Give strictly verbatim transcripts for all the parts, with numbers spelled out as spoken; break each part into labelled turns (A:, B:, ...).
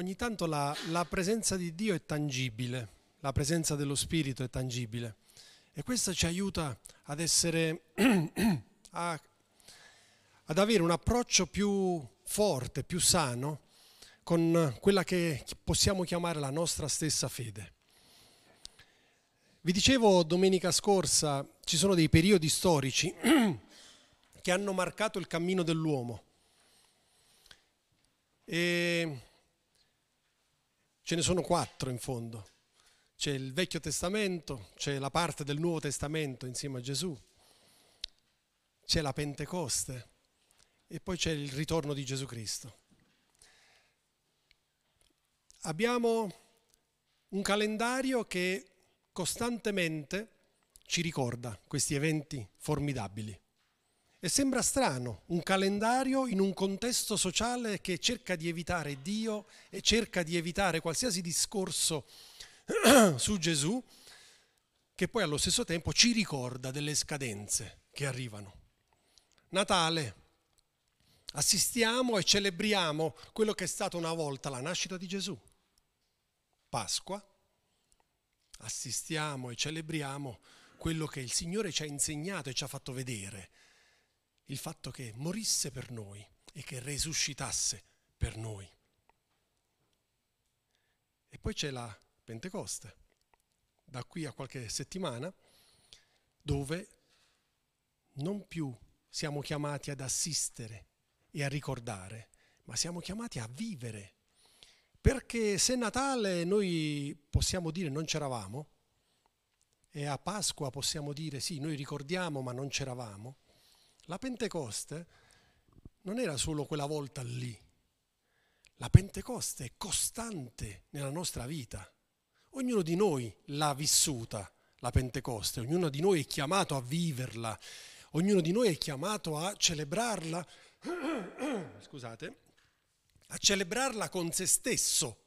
A: Ogni tanto la, la presenza di Dio è tangibile, la presenza dello Spirito è tangibile e questo ci aiuta ad essere, a, ad avere un approccio più forte, più sano con quella che possiamo chiamare la nostra stessa fede. Vi dicevo domenica scorsa, ci sono dei periodi storici che hanno marcato il cammino dell'uomo e ce ne sono quattro in fondo. C'è il Vecchio Testamento, c'è la parte del Nuovo Testamento insieme a Gesù, c'è la Pentecoste e poi c'è il ritorno di Gesù Cristo. Abbiamo un calendario che costantemente ci ricorda questi eventi formidabili. E sembra strano, un calendario in un contesto sociale che cerca di evitare Dio e cerca di evitare qualsiasi discorso su Gesù, che poi allo stesso tempo ci ricorda delle scadenze che arrivano. Natale, assistiamo e celebriamo quello che è stata una volta la nascita di Gesù. Pasqua, assistiamo e celebriamo quello che il Signore ci ha insegnato e ci ha fatto vedere. Il fatto che morisse per noi e che resuscitasse per noi. E poi c'è la Pentecoste, da qui a qualche settimana, dove non più siamo chiamati ad assistere e a ricordare, ma siamo chiamati a vivere. Perché se Natale noi possiamo dire non c'eravamo, e a Pasqua possiamo dire sì, noi ricordiamo ma non c'eravamo, la Pentecoste non era solo quella volta lì. La Pentecoste è costante nella nostra vita. Ognuno di noi l'ha vissuta, la Pentecoste. Ognuno di noi è chiamato a viverla. Ognuno di noi è chiamato a celebrarla. Scusate. A celebrarla con se stesso.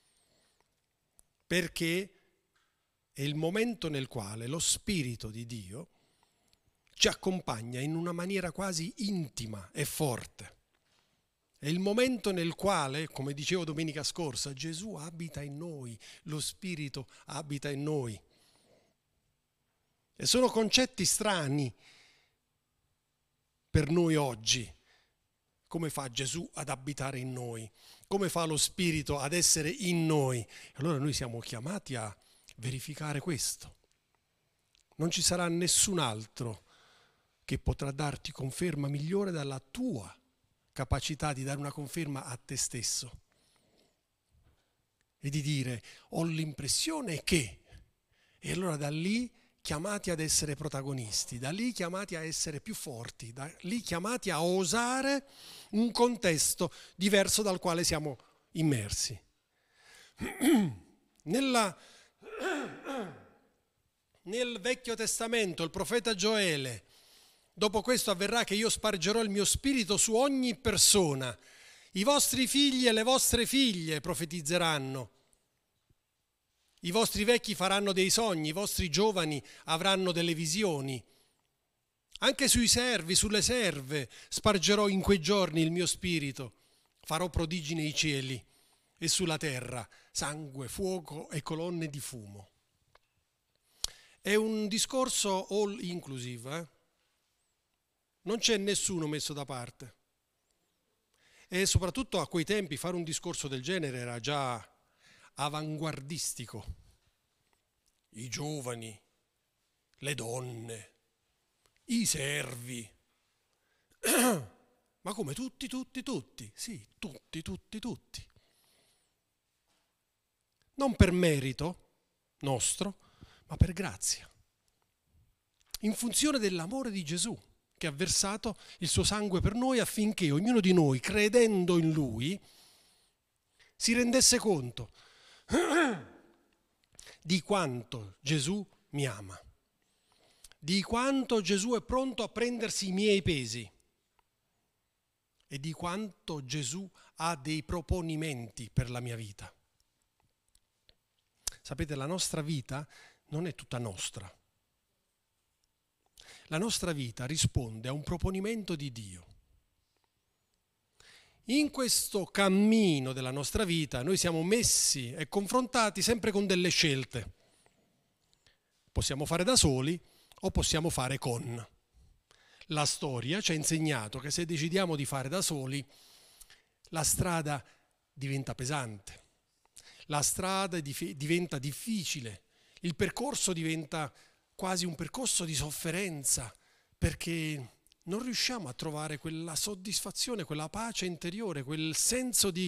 A: Perché è il momento nel quale lo Spirito di Dio ci accompagna in una maniera quasi intima e forte. È il momento nel quale, come dicevo domenica scorsa, Gesù abita in noi, lo Spirito abita in noi. E sono concetti strani per noi oggi. Come fa Gesù ad abitare in noi? Come fa lo Spirito ad essere in noi? Allora noi siamo chiamati a verificare questo. Non ci sarà nessun altro che potrà darti conferma migliore dalla tua capacità di dare una conferma a te stesso e di dire ho l'impressione che, e allora da lì chiamati ad essere protagonisti, da lì chiamati a essere più forti, da lì chiamati a osare un contesto diverso dal quale siamo immersi. Nella, nel Vecchio Testamento il profeta Gioele: dopo questo avverrà che io spargerò il mio spirito su ogni persona. I vostri figli e le vostre figlie profetizzeranno. I vostri vecchi faranno dei sogni, i vostri giovani avranno delle visioni. Anche sui servi, sulle serve, spargerò in quei giorni il mio spirito. Farò prodigi nei cieli e sulla terra, sangue, fuoco e colonne di fumo. È un discorso all inclusive, eh? Non c'è nessuno messo da parte. E soprattutto a quei tempi fare un discorso del genere era già avanguardistico. I giovani, le donne, i servi. Ma come tutti, tutti, tutti? Sì, tutti, tutti, tutti. Non per merito nostro, ma per grazia. In funzione dell'amore di Gesù, che ha versato il suo sangue per noi affinché ognuno di noi, credendo in Lui, si rendesse conto di quanto Gesù mi ama, di quanto Gesù è pronto a prendersi i miei pesi e di quanto Gesù ha dei proponimenti per la mia vita. Sapete, la nostra vita non è tutta nostra. La nostra vita risponde a un proponimento di Dio. In questo cammino della nostra vita noi siamo messi e confrontati sempre con delle scelte. Possiamo fare da soli o possiamo fare con. La storia ci ha insegnato che se decidiamo di fare da soli, la strada diventa pesante, la strada diventa difficile, il percorso diventa quasi un percorso di sofferenza, perché non riusciamo a trovare quella soddisfazione, quella pace interiore, quel senso di,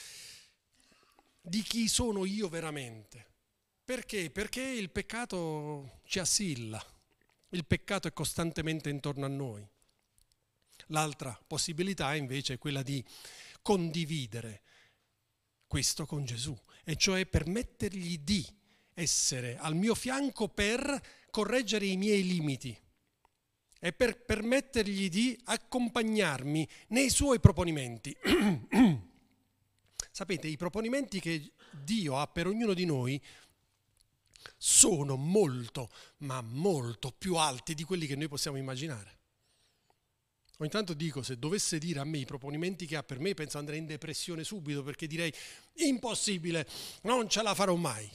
A: di chi sono io veramente. Perché? Perché il peccato ci assilla, il peccato è costantemente intorno a noi. L'altra possibilità invece è quella di condividere questo con Gesù, e cioè permettergli di essere al mio fianco per correggere i miei limiti e per permettergli di accompagnarmi nei suoi proponimenti. Sapete, i proponimenti che Dio ha per ognuno di noi sono molto, ma molto più alti di quelli che noi possiamo immaginare. Ogni tanto dico, se dovesse dire a me i proponimenti che ha per me, penso andrei in depressione subito, perché direi, impossibile, non ce la farò mai.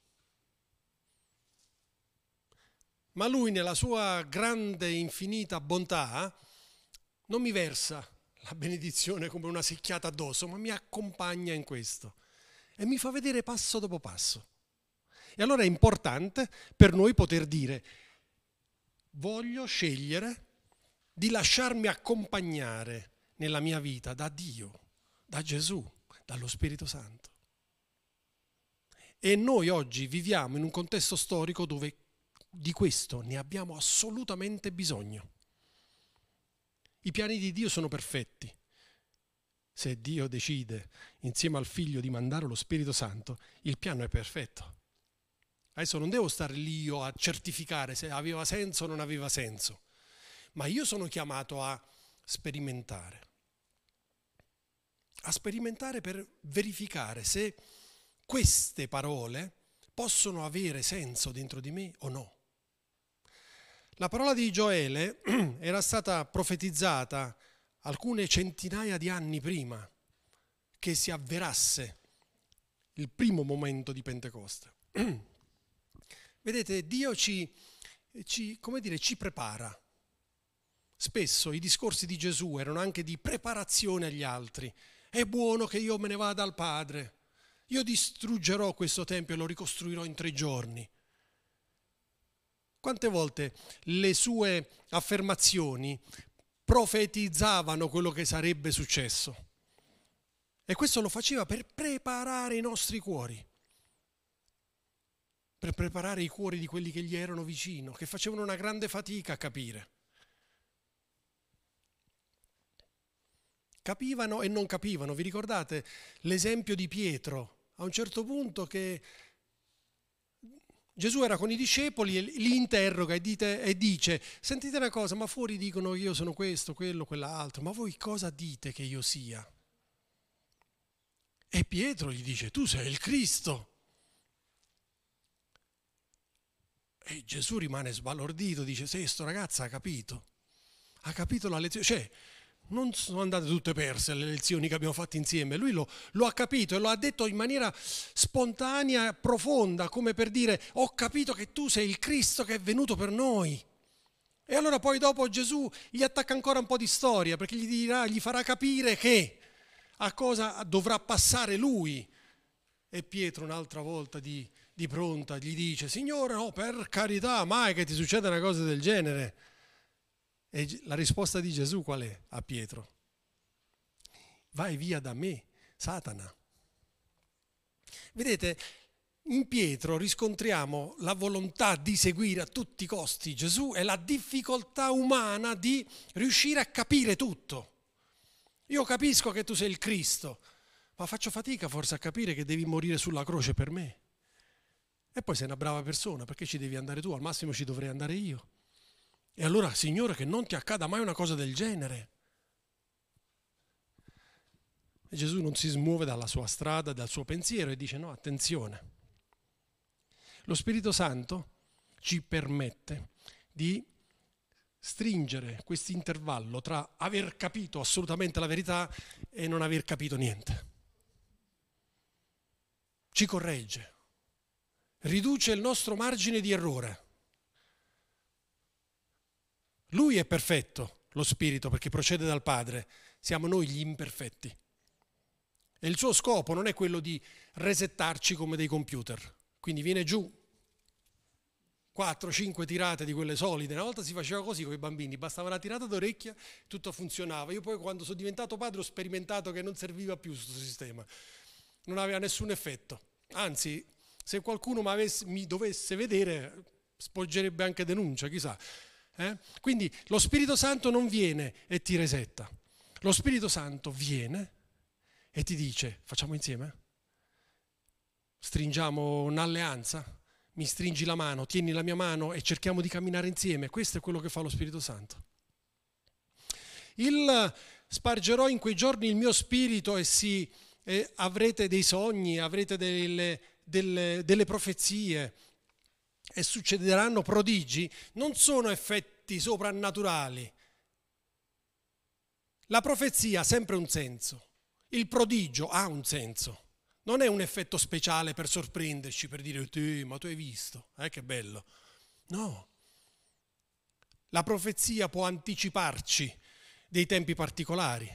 A: Ma lui, nella sua grande, infinita bontà, non mi versa la benedizione come una secchiata addosso, ma mi accompagna in questo e mi fa vedere passo dopo passo. E allora è importante per noi poter dire, voglio scegliere di lasciarmi accompagnare nella mia vita da Dio, da Gesù, dallo Spirito Santo. E noi oggi viviamo in un contesto storico dove di questo ne abbiamo assolutamente bisogno. I piani di Dio sono perfetti. Se Dio decide insieme al Figlio di mandare lo Spirito Santo, il piano è perfetto. Adesso non devo stare lì io a certificare se aveva senso o non aveva senso, ma io sono chiamato a sperimentare. A sperimentare per verificare se queste parole possono avere senso dentro di me o no. La parola di Gioele era stata profetizzata alcune centinaia di anni prima che si avverasse il primo momento di Pentecoste. Vedete, Dio ci, ci, come dire, ci prepara. Spesso i discorsi di Gesù erano anche di preparazione agli altri. È buono che io me ne vada al Padre. Io distruggerò questo tempio e lo ricostruirò in tre giorni. Quante volte le sue affermazioni profetizzavano quello che sarebbe successo? E questo lo faceva per preparare i nostri cuori, per preparare i cuori di quelli che gli erano vicino, che facevano una grande fatica a capire. Capivano e non capivano. Vi ricordate l'esempio di Pietro? A un certo punto che Gesù era con i discepoli e li interroga e, dite, e dice, sentite una cosa, ma fuori dicono io sono questo, quello, quell'altro, ma voi cosa dite che io sia? E Pietro gli dice, tu sei il Cristo. E Gesù rimane sbalordito, dice, sì, sto ragazzo ha capito, ha capito la lezione, cioè non sono andate tutte perse le lezioni che abbiamo fatto insieme, lui lo, lo ha capito e lo ha detto in maniera spontanea, profonda, come per dire, ho capito che tu sei il Cristo che è venuto per noi. E allora poi dopo Gesù gli attacca ancora un po' di storia, perché gli dirà, gli farà capire che a cosa dovrà passare lui. E Pietro un'altra volta di, di pronta gli dice, Signore, no, per carità, mai che ti succeda una cosa del genere. E la risposta di Gesù qual è a Pietro? Vai via da me, Satana. Vedete, in Pietro riscontriamo la volontà di seguire a tutti i costi Gesù e la difficoltà umana di riuscire a capire tutto. Io capisco che tu sei il Cristo, ma faccio fatica forse a capire che devi morire sulla croce per me. E poi sei una brava persona, perché ci devi andare tu? Al massimo ci dovrei andare io. E allora, Signore, che non ti accada mai una cosa del genere. E Gesù non si smuove dalla sua strada, dal suo pensiero e dice no, attenzione. Lo Spirito Santo ci permette di stringere questo intervallo tra aver capito assolutamente la verità e non aver capito niente. Ci corregge, riduce il nostro margine di errore. Lui è perfetto, lo Spirito, perché procede dal Padre, siamo noi gli imperfetti. E il suo scopo non è quello di resettarci come dei computer, quindi viene giù quattro cinque tirate di quelle solide. Una volta si faceva così con i bambini, bastava una tirata d'orecchia, tutto funzionava. Io poi quando sono diventato padre ho sperimentato che non serviva più questo sistema, non aveva nessun effetto. Anzi, se qualcuno mi dovesse vedere, spoggerebbe anche denuncia, chissà. Eh? Quindi lo Spirito Santo non viene e ti resetta. Lo Spirito Santo viene e ti dice: facciamo insieme? Stringiamo un'alleanza? Mi stringi la mano, tieni la mia mano e cerchiamo di camminare insieme. Questo è quello che fa lo Spirito Santo. Il spargerò in quei giorni il mio spirito e si, eh, avrete dei sogni, avrete delle, delle, delle profezie e succederanno prodigi. Non sono effetti soprannaturali. La profezia ha sempre un senso, il prodigio ha un senso. Non è un effetto speciale per sorprenderci, per dire eh, ma tu hai visto, eh, che bello. No. La profezia può anticiparci dei tempi particolari.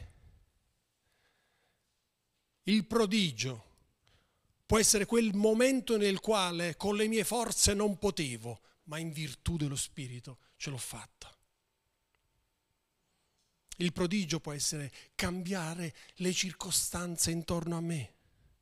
A: Il prodigio può essere quel momento nel quale con le mie forze non potevo, ma in virtù dello Spirito ce l'ho fatta. Il prodigio può essere cambiare le circostanze intorno a me,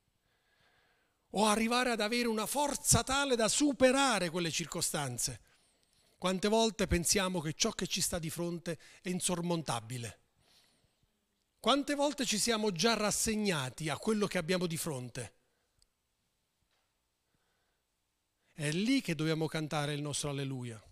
A: o arrivare ad avere una forza tale da superare quelle circostanze. Quante volte pensiamo che ciò che ci sta di fronte è insormontabile? Quante volte ci siamo già rassegnati a quello che abbiamo di fronte? È lì che dobbiamo cantare il nostro alleluia.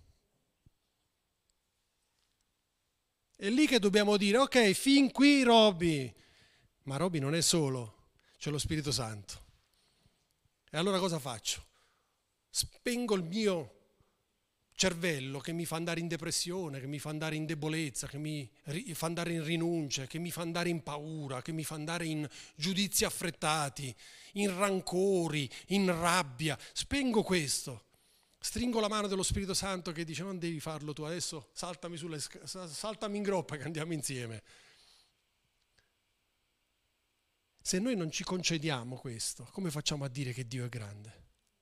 A: È lì che dobbiamo dire: ok, fin qui Roby. Ma Roby non è solo, c'è lo Spirito Santo. E allora cosa faccio? Spengo il mio cervello che mi fa andare in depressione, che mi fa andare in debolezza, che mi fa andare in rinunce, che mi fa andare in paura, che mi fa andare in giudizi affrettati, in rancori, in rabbia. Spengo questo. Stringo la mano dello Spirito Santo che dice: non devi farlo tu, adesso saltami, sulle, saltami in groppa che andiamo insieme. Se noi non ci concediamo questo, come facciamo a dire che Dio è grande?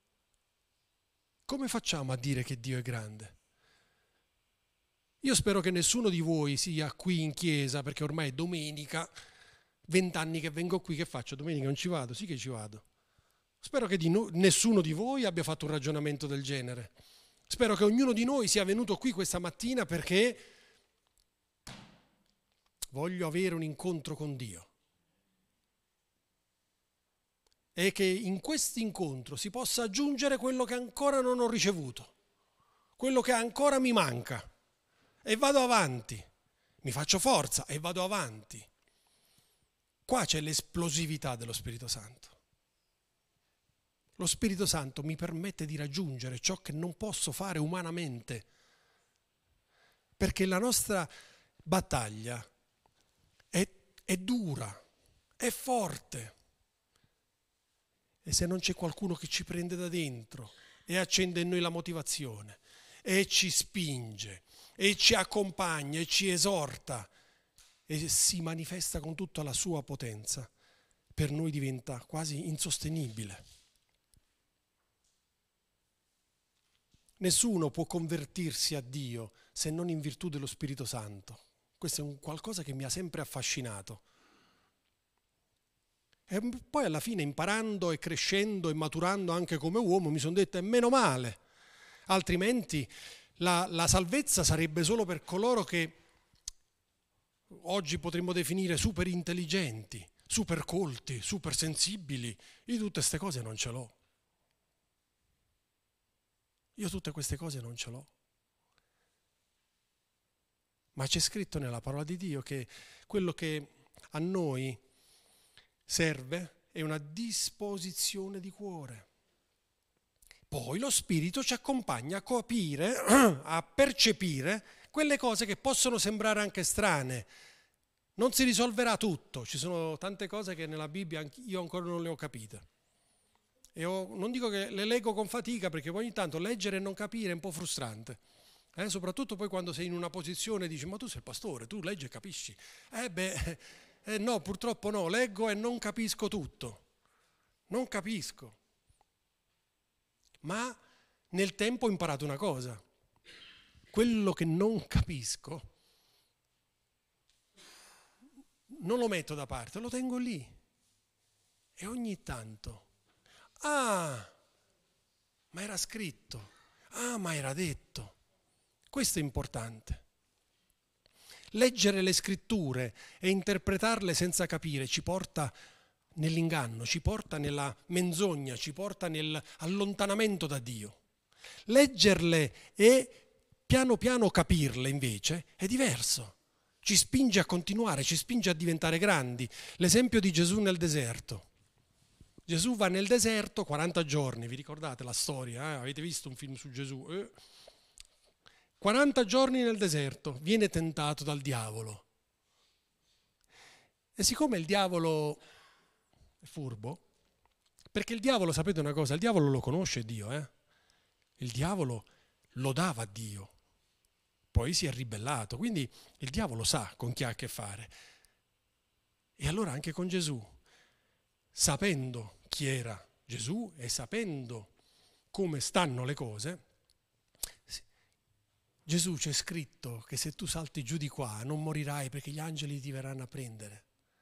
A: Come facciamo a dire che Dio è grande? Io spero che nessuno di voi sia qui in chiesa, perché ormai è domenica, vent'anni che vengo qui, che faccio? Domenica non ci vado? Sì che ci vado. Spero che di no, nessuno di voi abbia fatto un ragionamento del genere. Spero che ognuno di noi sia venuto qui questa mattina perché voglio avere un incontro con Dio. E che in questo incontro si possa aggiungere quello che ancora non ho ricevuto, quello che ancora mi manca, e vado avanti, mi faccio forza e vado avanti. Qua c'è l'esplosività dello Spirito Santo. Lo Spirito Santo mi permette di raggiungere ciò che non posso fare umanamente, perché la nostra battaglia è, è dura, è forte. E se non c'è qualcuno che ci prende da dentro e accende in noi la motivazione e ci spinge e ci accompagna e ci esorta e si manifesta con tutta la sua potenza, per noi diventa quasi insostenibile. Nessuno può convertirsi a Dio se non in virtù dello Spirito Santo. Questo è un qualcosa che mi ha sempre affascinato. E poi alla fine, imparando e crescendo e maturando anche come uomo, mi sono detto: è meno male, altrimenti la, la salvezza sarebbe solo per coloro che oggi potremmo definire super intelligenti, super colti, super sensibili. Io tutte queste cose non ce l'ho. Io tutte queste cose non ce l'ho. Ma c'è scritto nella parola di Dio che quello che a noi serve è una disposizione di cuore. Poi lo Spirito ci accompagna a capire, a percepire quelle cose che possono sembrare anche strane. Non si risolverà tutto, ci sono tante cose che nella Bibbia io ancora non le ho capite. E ho, non dico che le leggo con fatica, perché ogni tanto leggere e non capire è un po' frustrante. Eh, soprattutto poi quando sei in una posizione e dici: ma tu sei il pastore, tu leggi e capisci. Eh beh, eh no, purtroppo no, leggo e non capisco tutto. Non capisco. Ma nel tempo ho imparato una cosa. Quello che non capisco non lo metto da parte, lo tengo lì. E ogni tanto, ah, ma era scritto, ah, ma era detto. Questo è importante. Leggere le scritture e interpretarle senza capire ci porta nell'inganno, ci porta nella menzogna, ci porta nell'allontanamento da Dio. Leggerle e piano piano capirle invece è diverso. Ci spinge a continuare, ci spinge a diventare grandi. L'esempio di Gesù nel deserto. Gesù va nel deserto quaranta giorni, vi ricordate la storia? Eh? Avete visto un film su Gesù? Eh? quaranta giorni nel deserto, viene tentato dal diavolo. E siccome il diavolo è furbo, perché il diavolo, sapete una cosa, il diavolo lo conosce Dio, eh? Il diavolo lodava Dio. Poi si è ribellato, quindi il diavolo sa con chi ha a che fare. E allora anche con Gesù, sapendo chi era Gesù e sapendo come stanno le cose, Gesù c'è scritto che se tu salti giù di qua non morirai perché gli angeli ti verranno a prendere.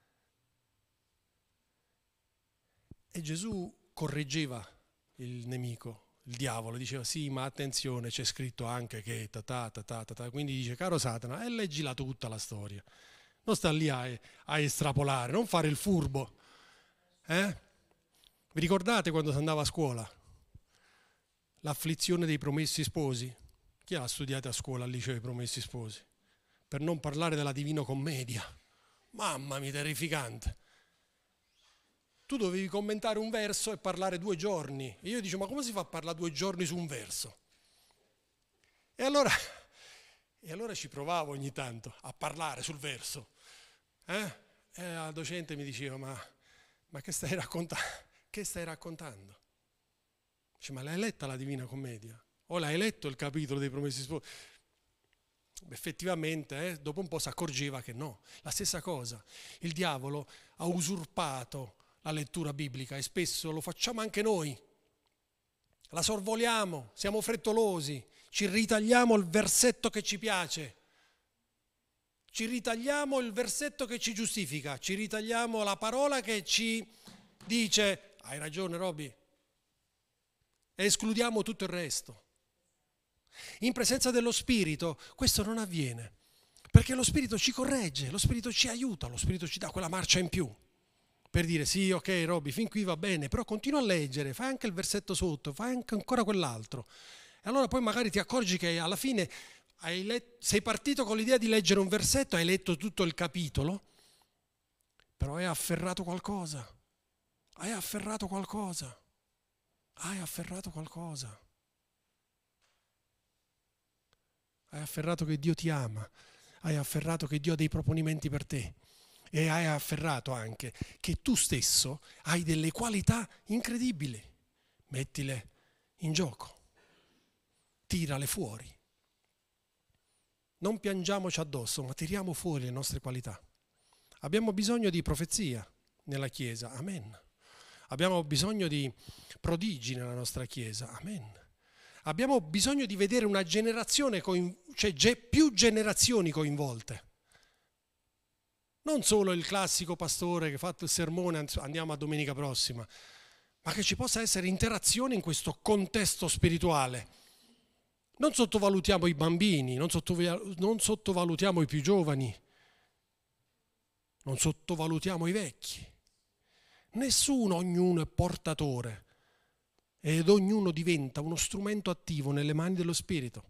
A: E Gesù correggeva il nemico. Il diavolo diceva: sì, ma attenzione, c'è scritto anche che ta ta ta ta ta ta. Quindi dice: caro Satana, e leggila tutta la storia. Non sta lì a, a estrapolare, non fare il furbo. Eh? Vi ricordate quando si andava a scuola? L'afflizione dei promessi sposi? Chi ha studiato a scuola al liceo dei promessi sposi? Per non parlare della Divina Commedia. Mamma mia, terrificante. Tu dovevi commentare un verso e parlare due giorni. E io dicevo: ma come si fa a parlare due giorni su un verso? E allora, e allora ci provavo ogni tanto a parlare sul verso. Eh? E la docente mi diceva: ma, ma che stai raccontando? Che stai raccontando? Dice: ma l'hai letta la Divina Commedia? O l'hai letto il capitolo dei Promessi Sposi? Effettivamente, eh, dopo un po' si accorgeva che no. La stessa cosa. Il diavolo ha usurpato la lettura biblica e spesso lo facciamo anche noi. La sorvoliamo, siamo frettolosi, ci ritagliamo il versetto che ci piace, ci ritagliamo il versetto che ci giustifica, ci ritagliamo la parola che ci dice: hai ragione Robby, e escludiamo tutto il resto. In presenza dello Spirito questo non avviene, perché lo Spirito ci corregge, lo Spirito ci aiuta, lo Spirito ci dà quella marcia in più. Per dire: sì, ok Robby, fin qui va bene, però continua a leggere, fai anche il versetto sotto, fai anche ancora quell'altro. E allora poi magari ti accorgi che alla fine hai letto, sei partito con l'idea di leggere un versetto, hai letto tutto il capitolo, però hai afferrato qualcosa, hai afferrato qualcosa, hai afferrato qualcosa. Hai afferrato che Dio ti ama, hai afferrato che Dio ha dei proponimenti per te. E hai afferrato anche che tu stesso hai delle qualità incredibili. Mettile in gioco, tirale fuori. Non piangiamoci addosso, ma tiriamo fuori le nostre qualità. Abbiamo bisogno di profezia nella Chiesa, amen. Abbiamo bisogno di prodigi nella nostra Chiesa, amen. Abbiamo bisogno di vedere una generazione, coin- cioè ge- più generazioni coinvolte. Non solo il classico pastore che ha fatto il sermone, andiamo a domenica prossima, ma che ci possa essere interazione in questo contesto spirituale. Non sottovalutiamo i bambini, non, sottoval- non sottovalutiamo i più giovani, non sottovalutiamo i vecchi. Nessuno, ognuno è portatore ed ognuno diventa uno strumento attivo nelle mani dello Spirito.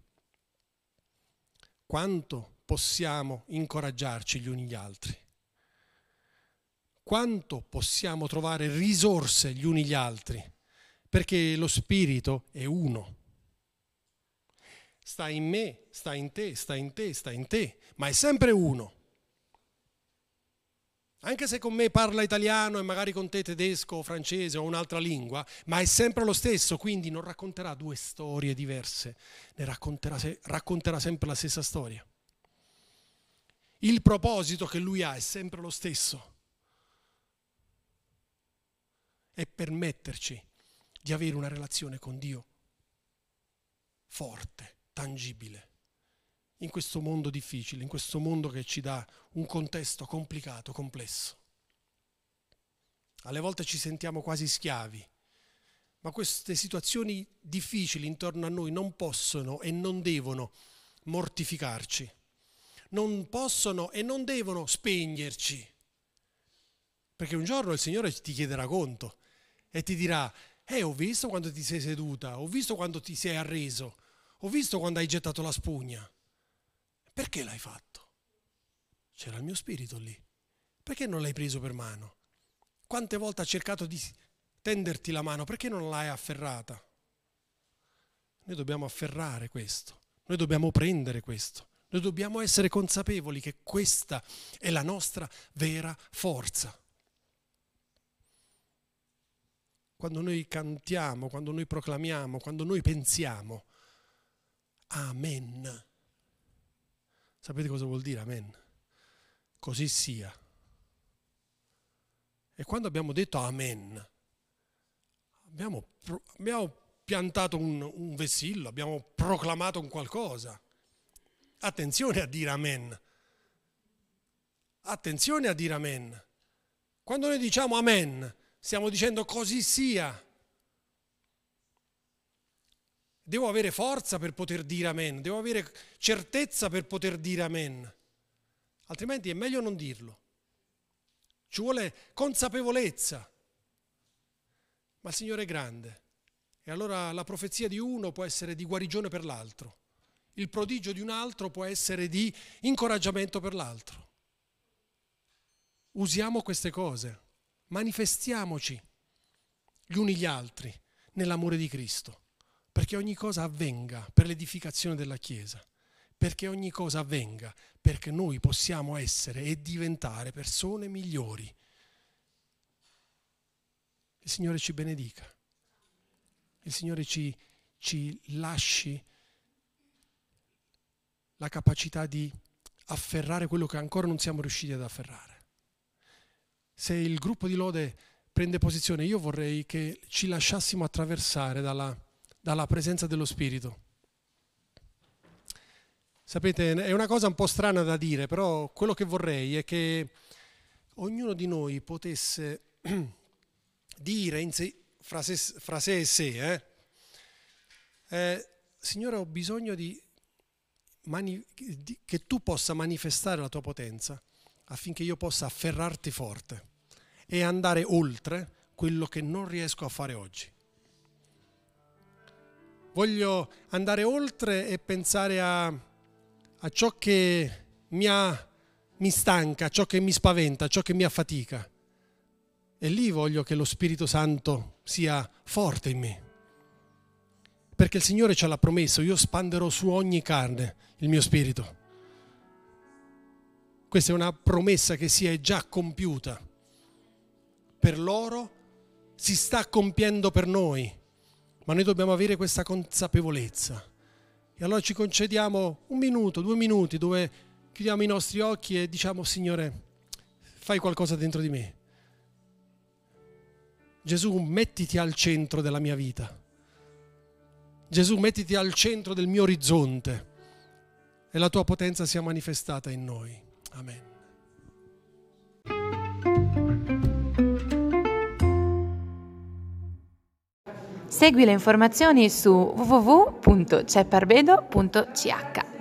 A: Quanto possiamo incoraggiarci gli uni gli altri? Quanto possiamo trovare risorse gli uni gli altri? Perché lo Spirito è uno. sta in me, sta in te, sta in te, sta in te, ma è sempre uno. Anche se con me parla italiano e magari con te tedesco o francese o un'altra lingua, ma è sempre lo stesso, quindi non racconterà due storie diverse, ne racconterà, racconterà sempre la stessa storia. Il proposito che lui ha è sempre lo stesso. È permetterci di avere una relazione con Dio forte, tangibile, in questo mondo difficile, in questo mondo che ci dà un contesto complicato, complesso. Alle volte ci sentiamo quasi schiavi, ma queste situazioni difficili intorno a noi non possono e non devono mortificarci, non possono e non devono spegnerci, perché un giorno il Signore ti chiederà conto e ti dirà: eh, ho visto quando ti sei seduta, ho visto quando ti sei arreso, ho visto quando hai gettato la spugna. Perché l'hai fatto? C'era il mio spirito lì. Perché non l'hai preso per mano? Quante volte ha cercato di tenderti la mano, perché non l'hai afferrata? Noi dobbiamo afferrare questo, noi dobbiamo prendere questo, noi dobbiamo essere consapevoli che questa è la nostra vera forza. Quando noi cantiamo, quando noi proclamiamo, quando noi pensiamo, Amen. Sapete cosa vuol dire Amen? Così sia. E quando abbiamo detto Amen, abbiamo, abbiamo piantato un, un vessillo, abbiamo proclamato un qualcosa. Attenzione a dire Amen. Attenzione a dire Amen. Quando noi diciamo Amen, stiamo dicendo così sia. Devo avere forza per poter dire Amen, devo avere certezza per poter dire Amen. Altrimenti è meglio non dirlo. Ci vuole consapevolezza. Ma il Signore è grande. E allora la profezia di uno può essere di guarigione per l'altro. Il prodigio di un altro può essere di incoraggiamento per l'altro. Usiamo queste cose. Manifestiamoci gli uni gli altri nell'amore di Cristo, perché ogni cosa avvenga per l'edificazione della Chiesa, perché ogni cosa avvenga perché noi possiamo essere e diventare persone migliori. Il Signore ci benedica, il Signore ci, ci lasci la capacità di afferrare quello che ancora non siamo riusciti ad afferrare. Se il gruppo di lode prende posizione, io vorrei che ci lasciassimo attraversare dalla, dalla presenza dello Spirito. Sapete, è una cosa un po' strana da dire, però quello che vorrei è che ognuno di noi potesse dire in sé, fra, sé, fra sé e sé, eh, eh, Signore, ho bisogno di, mani, di che tu possa manifestare la tua potenza, affinché io possa afferrarti forte e andare oltre quello che non riesco a fare oggi. Voglio andare oltre e pensare a, a ciò che mi, ha, mi stanca, a ciò che mi spaventa, a ciò che mi affatica. E lì voglio che lo Spirito Santo sia forte in me. Perché il Signore ce l'ha promesso, io spanderò su ogni carne il mio spirito. Questa è una promessa che si è già compiuta per loro, si sta compiendo per noi, ma noi dobbiamo avere questa consapevolezza. E allora ci concediamo un minuto, due minuti, dove chiudiamo i nostri occhi e diciamo: Signore, fai qualcosa dentro di me. Gesù, mettiti al centro della mia vita. Gesù, mettiti al centro del mio orizzonte e la tua potenza sia manifestata in noi. Amen.
B: Segui le informazioni su w w w punto cepparbedo punto c h.